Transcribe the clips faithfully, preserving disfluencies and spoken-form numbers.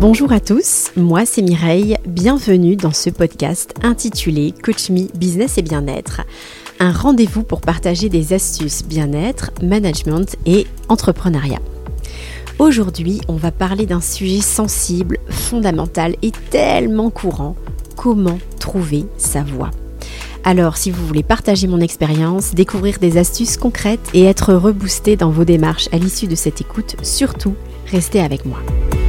Bonjour à tous, moi c'est Mireille, bienvenue dans ce podcast intitulé Coach Me Business et Bien-être, un rendez-vous pour partager des astuces bien-être, management et entrepreneuriat. Aujourd'hui, on va parler d'un sujet sensible, fondamental et tellement courant, comment trouver sa voie. Alors, si vous voulez partager mon expérience, découvrir des astuces concrètes et être reboosté dans vos démarches à l'issue de cette écoute, surtout, restez avec moi.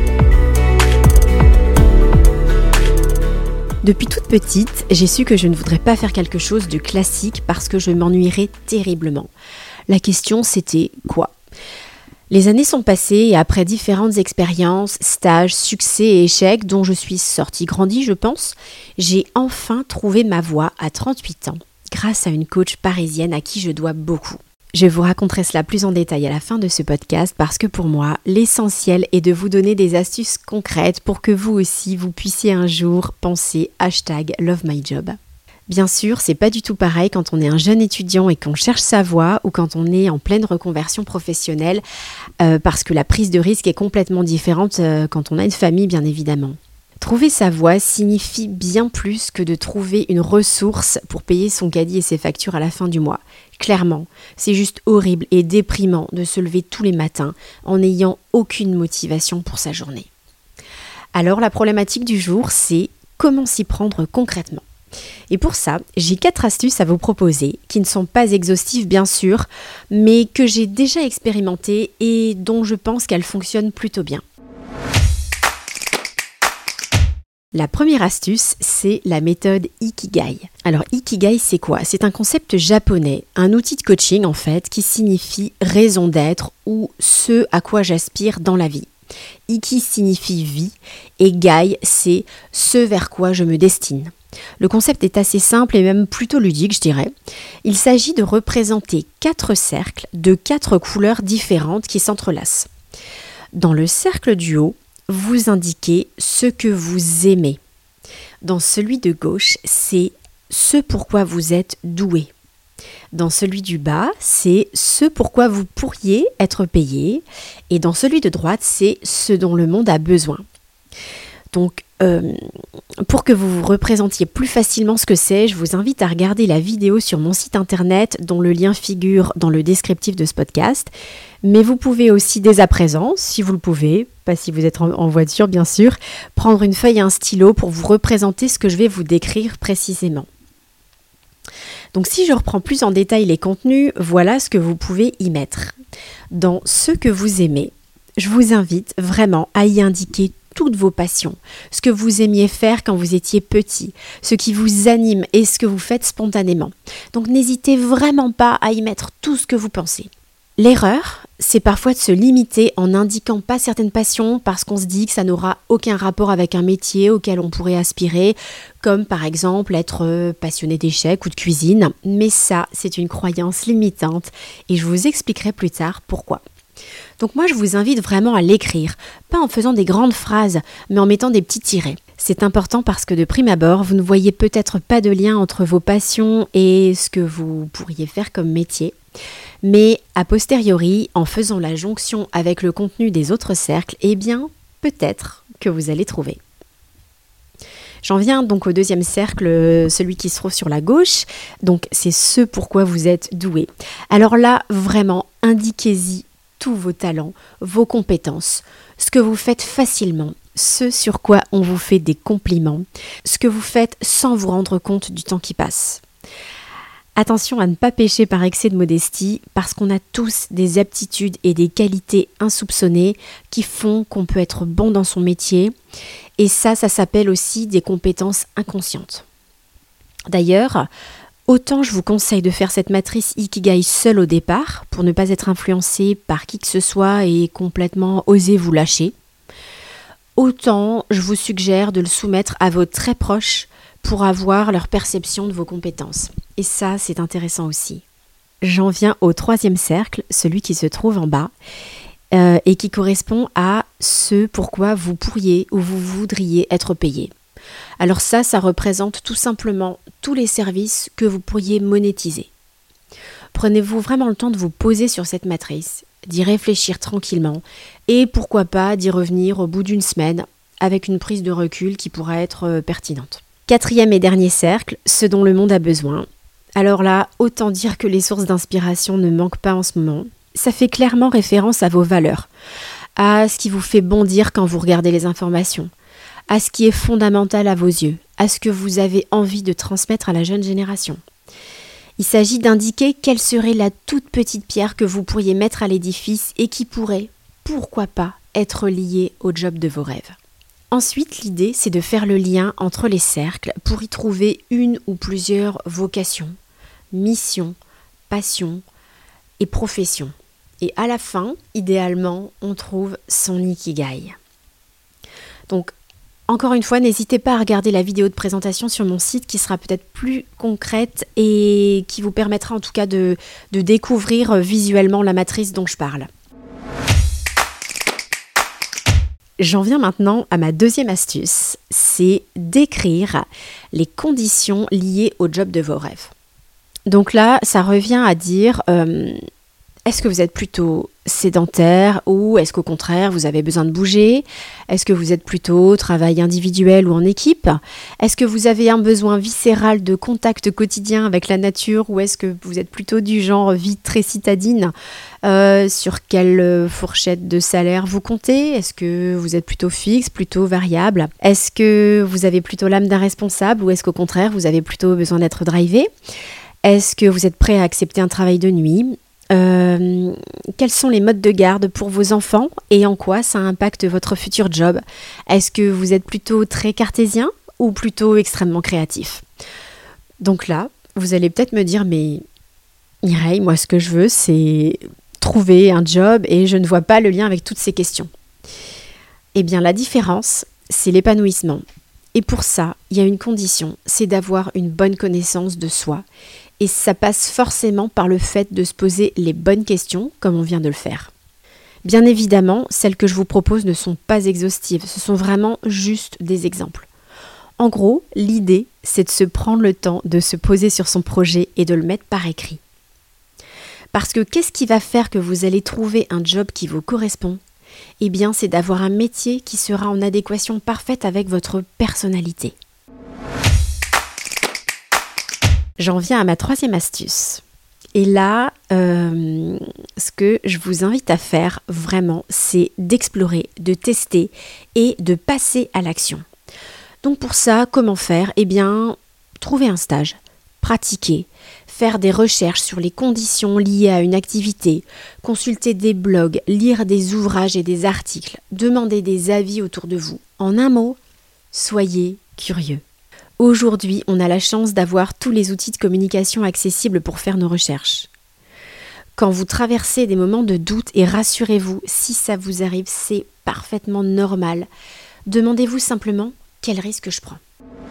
Depuis toute petite, j'ai su que je ne voudrais pas faire quelque chose de classique parce que je m'ennuierais terriblement. La question, c'était quoi ? Les années sont passées et après différentes expériences, stages, succès et échecs dont je suis sortie grandie, je pense, j'ai enfin trouvé ma voie à trente-huit ans grâce à une coach parisienne à qui je dois beaucoup. Je vous raconterai cela plus en détail à la fin de ce podcast parce que pour moi, l'essentiel est de vous donner des astuces concrètes pour que vous aussi, vous puissiez un jour penser hashtag Love My Job. Bien sûr, c'est pas du tout pareil quand on est un jeune étudiant et qu'on cherche sa voie ou quand on est en pleine reconversion professionnelle euh, parce que la prise de risque est complètement différente euh, quand on a une famille, bien évidemment. Trouver sa voie signifie bien plus que de trouver une ressource pour payer son caddie et ses factures à la fin du mois. Clairement, c'est juste horrible et déprimant de se lever tous les matins en n'ayant aucune motivation pour sa journée. Alors la problématique du jour, c'est comment s'y prendre concrètement. Et pour ça, j'ai quatre astuces à vous proposer qui ne sont pas exhaustives bien sûr, mais que j'ai déjà expérimentées et dont je pense qu'elles fonctionnent plutôt bien. La première astuce, c'est la méthode Ikigai. Alors Ikigai, c'est quoi ? C'est un concept japonais, un outil de coaching en fait, qui signifie raison d'être ou ce à quoi j'aspire dans la vie. Iki signifie vie et Gai, c'est ce vers quoi je me destine. Le concept est assez simple et même plutôt ludique, je dirais. Il s'agit de représenter quatre cercles de quatre couleurs différentes qui s'entrelacent. Dans le cercle du haut, vous indiquez ce que vous aimez. Dans celui de gauche, c'est ce pourquoi vous êtes doué. Dans celui du bas, c'est ce pourquoi vous pourriez être payé. Et dans celui de droite, c'est ce dont le monde a besoin. Donc, euh, pour que vous vous représentiez plus facilement ce que c'est, je vous invite à regarder la vidéo sur mon site internet dont le lien figure dans le descriptif de ce podcast. Mais vous pouvez aussi dès à présent, si vous le pouvez, pas si vous êtes en, en voiture bien sûr, prendre une feuille et un stylo pour vous représenter ce que je vais vous décrire précisément. Donc si je reprends plus en détail les contenus, voilà ce que vous pouvez y mettre. Dans ce que vous aimez, je vous invite vraiment à y indiquer toutes vos passions, ce que vous aimiez faire quand vous étiez petit, ce qui vous anime et ce que vous faites spontanément. Donc n'hésitez vraiment pas à y mettre tout ce que vous pensez. L'erreur, c'est parfois de se limiter en n'indiquant pas certaines passions parce qu'on se dit que ça n'aura aucun rapport avec un métier auquel on pourrait aspirer, comme par exemple être passionné d'échecs ou de cuisine. Mais ça, c'est une croyance limitante et je vous expliquerai plus tard pourquoi. Donc moi, je vous invite vraiment à l'écrire, pas en faisant des grandes phrases, mais en mettant des petits tirets. C'est important parce que de prime abord, vous ne voyez peut-être pas de lien entre vos passions et ce que vous pourriez faire comme métier. Mais a posteriori, en faisant la jonction avec le contenu des autres cercles, eh bien, peut-être que vous allez trouver. J'en viens donc au deuxième cercle, celui qui se trouve sur la gauche. Donc, c'est ce pourquoi vous êtes doué. Alors là, vraiment, indiquez-y tous vos talents, vos compétences, ce que vous faites facilement, ce sur quoi on vous fait des compliments, ce que vous faites sans vous rendre compte du temps qui passe. Attention à ne pas pécher par excès de modestie parce qu'on a tous des aptitudes et des qualités insoupçonnées qui font qu'on peut être bon dans son métier et ça, ça s'appelle aussi des compétences inconscientes. D'ailleurs, autant je vous conseille de faire cette matrice Ikigai seule au départ pour ne pas être influencé par qui que ce soit et complètement oser vous lâcher, autant je vous suggère de le soumettre à vos très proches pour avoir leur perception de vos compétences. Et ça, c'est intéressant aussi. J'en viens au troisième cercle, celui qui se trouve en bas, euh, et qui correspond à ce pourquoi vous pourriez ou vous voudriez être payé. Alors ça, ça représente tout simplement tous les services que vous pourriez monétiser. Prenez-vous vraiment le temps de vous poser sur cette matrice, d'y réfléchir tranquillement, et pourquoi pas d'y revenir au bout d'une semaine, avec une prise de recul qui pourra être euh, pertinente. Quatrième et dernier cercle, ce dont le monde a besoin. Alors là, autant dire que les sources d'inspiration ne manquent pas en ce moment. Ça fait clairement référence à vos valeurs, à ce qui vous fait bondir quand vous regardez les informations, à ce qui est fondamental à vos yeux, à ce que vous avez envie de transmettre à la jeune génération. Il s'agit d'indiquer quelle serait la toute petite pierre que vous pourriez mettre à l'édifice et qui pourrait, pourquoi pas, être liée au job de vos rêves. Ensuite, l'idée, c'est de faire le lien entre les cercles pour y trouver une ou plusieurs vocations, missions, passions et professions. Et à la fin, idéalement, on trouve son ikigai. Donc, encore une fois, n'hésitez pas à regarder la vidéo de présentation sur mon site qui sera peut-être plus concrète et qui vous permettra en tout cas de, de découvrir visuellement la matrice dont je parle. J'en viens maintenant à ma deuxième astuce, c'est d'écrire les conditions liées au job de vos rêves. Donc là, ça revient à dire... Euh, Est-ce que vous êtes plutôt sédentaire ou est-ce qu'au contraire vous avez besoin de bouger? Est-ce que vous êtes plutôt travail individuel ou en équipe? Est-ce que vous avez un besoin viscéral de contact quotidien avec la nature ou est-ce que vous êtes plutôt du genre vie très citadine? euh, Sur quelle fourchette de salaire vous comptez? Est-ce que vous êtes plutôt fixe, plutôt variable? Est-ce que vous avez plutôt l'âme d'un responsable ou est-ce qu'au contraire vous avez plutôt besoin d'être drivé? Est-ce que vous êtes prêt à accepter un travail de nuit? Euh, quels sont les modes de garde pour vos enfants et en quoi ça impacte votre futur job? Est-ce que vous êtes plutôt très cartésien ou plutôt extrêmement créatif? Donc là, vous allez peut-être me dire, mais Mireille, moi ce que je veux c'est trouver un job et je ne vois pas le lien avec toutes ces questions. Eh bien la différence, c'est l'épanouissement. Et pour ça, il y a une condition, c'est d'avoir une bonne connaissance de soi. Et ça passe forcément par le fait de se poser les bonnes questions, comme on vient de le faire. Bien évidemment, celles que je vous propose ne sont pas exhaustives, ce sont vraiment juste des exemples. En gros, l'idée, c'est de se prendre le temps de se poser sur son projet et de le mettre par écrit. Parce que qu'est-ce qui va faire que vous allez trouver un job qui vous correspond? Eh bien, c'est d'avoir un métier qui sera en adéquation parfaite avec votre personnalité. J'en viens à ma troisième astuce. Et là, euh, ce que je vous invite à faire vraiment, c'est d'explorer, de tester et de passer à l'action. Donc pour ça, comment faire? Eh bien, trouver un stage, pratiquer, faire des recherches sur les conditions liées à une activité, consulter des blogs, lire des ouvrages et des articles, demander des avis autour de vous. En un mot, soyez curieux. Aujourd'hui, on a la chance d'avoir tous les outils de communication accessibles pour faire nos recherches. Quand vous traversez des moments de doute, et rassurez-vous, si ça vous arrive, c'est parfaitement normal. Demandez-vous simplement quel risque je prends.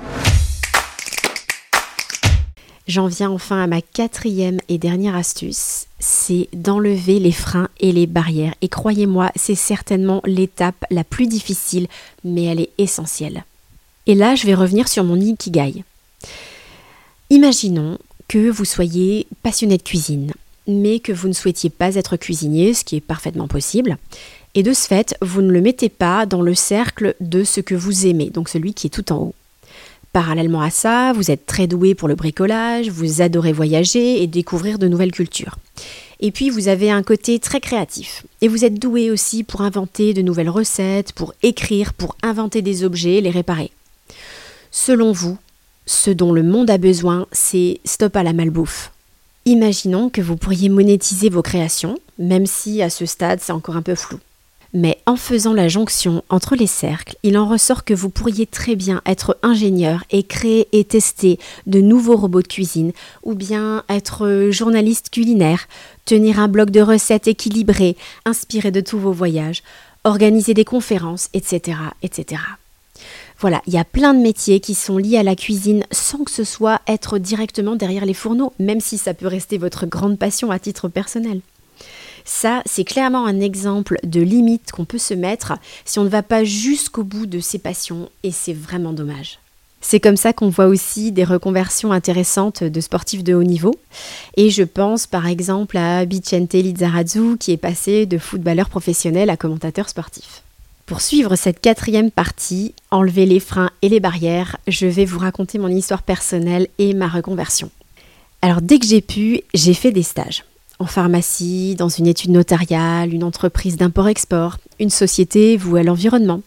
J'en viens enfin à ma quatrième et dernière astuce, c'est d'enlever les freins et les barrières. Et croyez-moi, c'est certainement l'étape la plus difficile, mais elle est essentielle. Et là, je vais revenir sur mon ikigai. Imaginons que vous soyez passionné de cuisine, mais que vous ne souhaitiez pas être cuisinier, ce qui est parfaitement possible. Et de ce fait, vous ne le mettez pas dans le cercle de ce que vous aimez, donc celui qui est tout en haut. Parallèlement à ça, vous êtes très doué pour le bricolage, vous adorez voyager et découvrir de nouvelles cultures. Et puis, vous avez un côté très créatif. Et vous êtes doué aussi pour inventer de nouvelles recettes, pour écrire, pour inventer des objets et les réparer. Selon vous, ce dont le monde a besoin, c'est stop à la malbouffe. Imaginons que vous pourriez monétiser vos créations, même si à ce stade c'est encore un peu flou. Mais en faisant la jonction entre les cercles, il en ressort que vous pourriez très bien être ingénieur et créer et tester de nouveaux robots de cuisine, ou bien être journaliste culinaire, tenir un blog de recettes équilibré, inspiré de tous vos voyages, organiser des conférences, et cetera, et cetera. Voilà, il y a plein de métiers qui sont liés à la cuisine sans que ce soit être directement derrière les fourneaux, même si ça peut rester votre grande passion à titre personnel. Ça, c'est clairement un exemple de limite qu'on peut se mettre si on ne va pas jusqu'au bout de ses passions et c'est vraiment dommage. C'est comme ça qu'on voit aussi des reconversions intéressantes de sportifs de haut niveau. Et je pense par exemple à Bicente Lizarazu qui est passé de footballeur professionnel à commentateur sportif. Pour suivre cette quatrième partie, enlever les freins et les barrières, je vais vous raconter mon histoire personnelle et ma reconversion. Alors dès que j'ai pu, j'ai fait des stages. En pharmacie, dans une étude notariale, une entreprise d'import-export, une société vouée à l'environnement.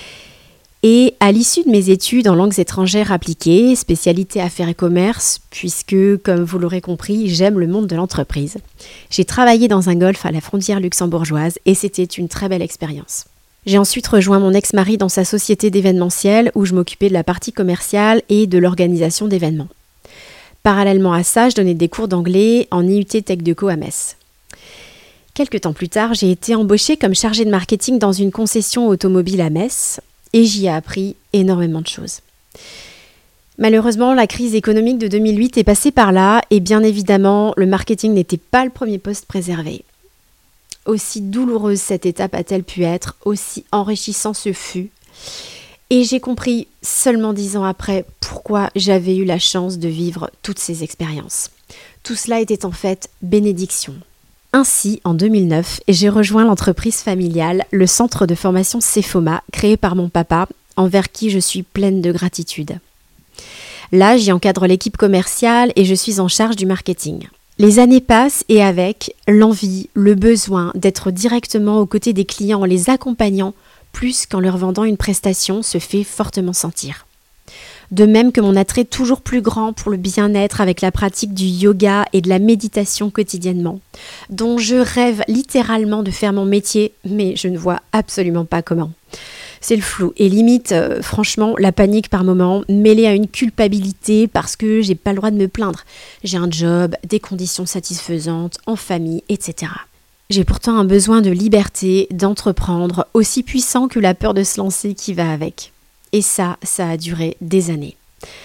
Et à l'issue de mes études en langues étrangères appliquées, spécialité affaires et commerce, puisque, comme vous l'aurez compris, j'aime le monde de l'entreprise, j'ai travaillé dans un golf à la frontière luxembourgeoise et c'était une très belle expérience. J'ai ensuite rejoint mon ex-mari dans sa société d'événementiel où je m'occupais de la partie commerciale et de l'organisation d'événements. Parallèlement à ça, je donnais des cours d'anglais en I U T Tech Deco à Metz. Quelques temps plus tard, j'ai été embauchée comme chargée de marketing dans une concession automobile à Metz et j'y ai appris énormément de choses. Malheureusement, la crise économique de deux mille huit est passée par là et bien évidemment, le marketing n'était pas le premier poste préservé. Aussi douloureuse cette étape a-t-elle pu être, aussi enrichissant ce fut. Et j'ai compris seulement dix ans après pourquoi j'avais eu la chance de vivre toutes ces expériences. Tout cela était en fait bénédiction. Ainsi, en deux mille neuf, j'ai rejoint l'entreprise familiale, le centre de formation Cefoma, créé par mon papa, envers qui je suis pleine de gratitude. Là, j'y encadre l'équipe commerciale et je suis en charge du marketing. Les années passent et avec, l'envie, le besoin d'être directement aux côtés des clients en les accompagnant plus qu'en leur vendant une prestation se fait fortement sentir. De même que mon attrait toujours plus grand pour le bien-être avec la pratique du yoga et de la méditation quotidiennement, dont je rêve littéralement de faire mon métier, mais je ne vois absolument pas comment. C'est le flou et limite, euh, franchement, la panique par moments, mêlée à une culpabilité parce que j'ai pas le droit de me plaindre. J'ai un job, des conditions satisfaisantes, en famille, et cetera. J'ai pourtant un besoin de liberté, d'entreprendre, aussi puissant que la peur de se lancer qui va avec. Et ça, ça a duré des années.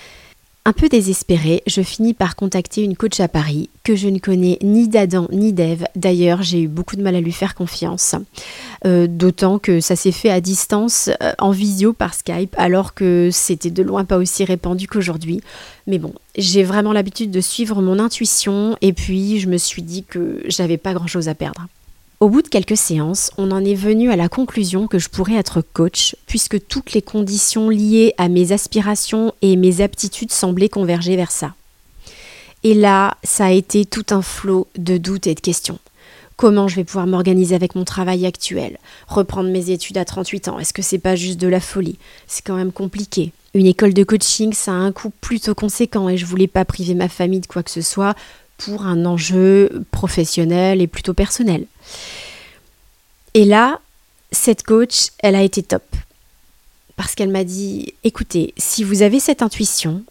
Un peu désespérée, je finis par contacter une coach à Paris que je ne connais ni d'Adam ni d'Ève. D'ailleurs, j'ai eu beaucoup de mal à lui faire confiance. Euh, d'autant que ça s'est fait à distance, euh, en visio par Skype, alors que c'était de loin pas aussi répandu qu'aujourd'hui. Mais bon, j'ai vraiment l'habitude de suivre mon intuition et puis je me suis dit que j'avais pas grand-chose à perdre. Au bout de quelques séances, on en est venu à la conclusion que je pourrais être coach puisque toutes les conditions liées à mes aspirations et mes aptitudes semblaient converger vers ça. Et là, ça a été tout un flot de doutes et de questions. Comment je vais pouvoir m'organiser avec mon travail actuel? Reprendre mes études à trente-huit ans, est-ce que c'est pas juste de la folie? C'est quand même compliqué. Une école de coaching, ça a un coût plutôt conséquent et je voulais pas priver ma famille de quoi que ce soit pour un enjeu professionnel et plutôt personnel. Et là, cette coach, elle a été top. Parce qu'elle m'a dit, écoutez, si vous avez cette intuition,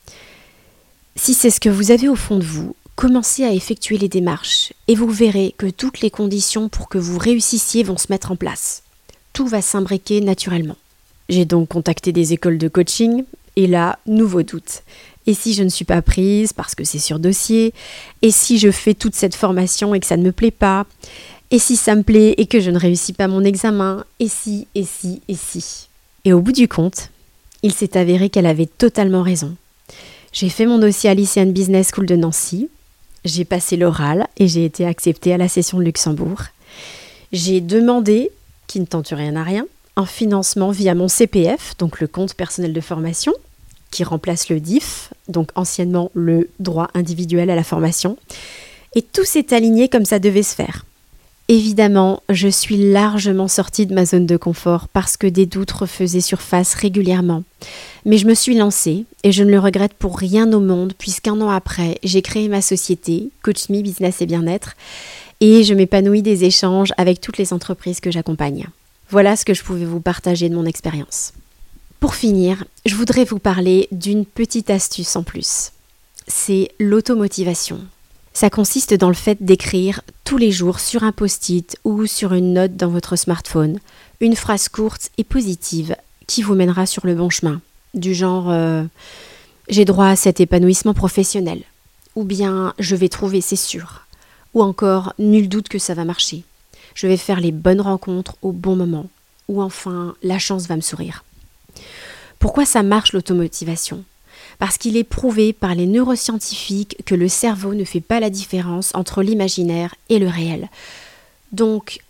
si c'est ce que vous avez au fond de vous, commencez à effectuer les démarches et vous verrez que toutes les conditions pour que vous réussissiez vont se mettre en place. Tout va s'imbriquer naturellement. J'ai donc contacté des écoles de coaching et là, nouveau doute. Et si je ne suis pas prise parce que c'est sur dossier? Et si je fais toute cette formation et que ça ne me plaît pas? Et si ça me plaît et que je ne réussis pas mon examen? Et si, et si, et si? Et au bout du compte, il s'est avéré qu'elle avait totalement raison. J'ai fait mon dossier à l'I C N Business School de Nancy. J'ai passé l'oral et j'ai été acceptée à la session de Luxembourg. J'ai demandé, qui ne tente rien à rien, un financement via mon C P F, donc le compte personnel de formation, qui remplace le D I F, donc anciennement le droit individuel à la formation. Et tout s'est aligné comme ça devait se faire. Évidemment, je suis largement sortie de ma zone de confort parce que des doutes refaisaient surface régulièrement. Mais je me suis lancée et je ne le regrette pour rien au monde puisqu'un an après, j'ai créé ma société, CoachMe Business et Bien-être, et je m'épanouis des échanges avec toutes les entreprises que j'accompagne. Voilà ce que je pouvais vous partager de mon expérience. Pour finir, je voudrais vous parler d'une petite astuce en plus. C'est l'automotivation. Ça consiste dans le fait d'écrire tous les jours sur un post-it ou sur une note dans votre smartphone une phrase courte et positive qui vous mènera sur le bon chemin. Du genre euh, « j'ai droit à cet épanouissement professionnel » ou bien « je vais trouver, c'est sûr » ou encore « nul doute que ça va marcher ». Je vais faire les bonnes rencontres au bon moment ou enfin « la chance va me sourire ». Pourquoi ça marche l'automotivation ? Parce qu'il est prouvé par les neuroscientifiques que le cerveau ne fait pas la différence entre l'imaginaire et le réel. Donc,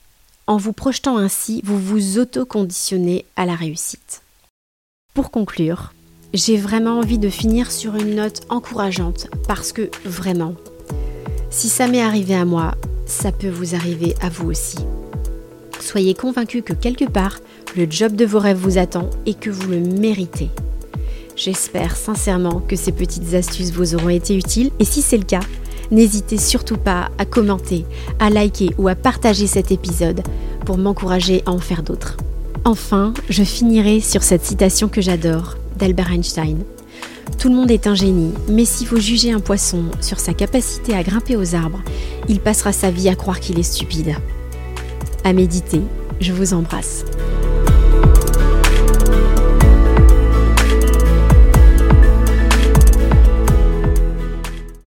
En vous projetant ainsi, vous vous auto-conditionnez à la réussite. Pour conclure, j'ai vraiment envie de finir sur une note encourageante parce que vraiment, si ça m'est arrivé à moi, ça peut vous arriver à vous aussi. Soyez convaincus que quelque part, le job de vos rêves vous attend et que vous le méritez. J'espère sincèrement que ces petites astuces vous auront été utiles et si c'est le cas, n'hésitez surtout pas à commenter, à liker ou à partager cet épisode pour m'encourager à en faire d'autres. Enfin, je finirai sur cette citation que j'adore d'Albert Einstein. Tout le monde est un génie, mais s'il faut juger un poisson sur sa capacité à grimper aux arbres, il passera sa vie à croire qu'il est stupide. À méditer, je vous embrasse.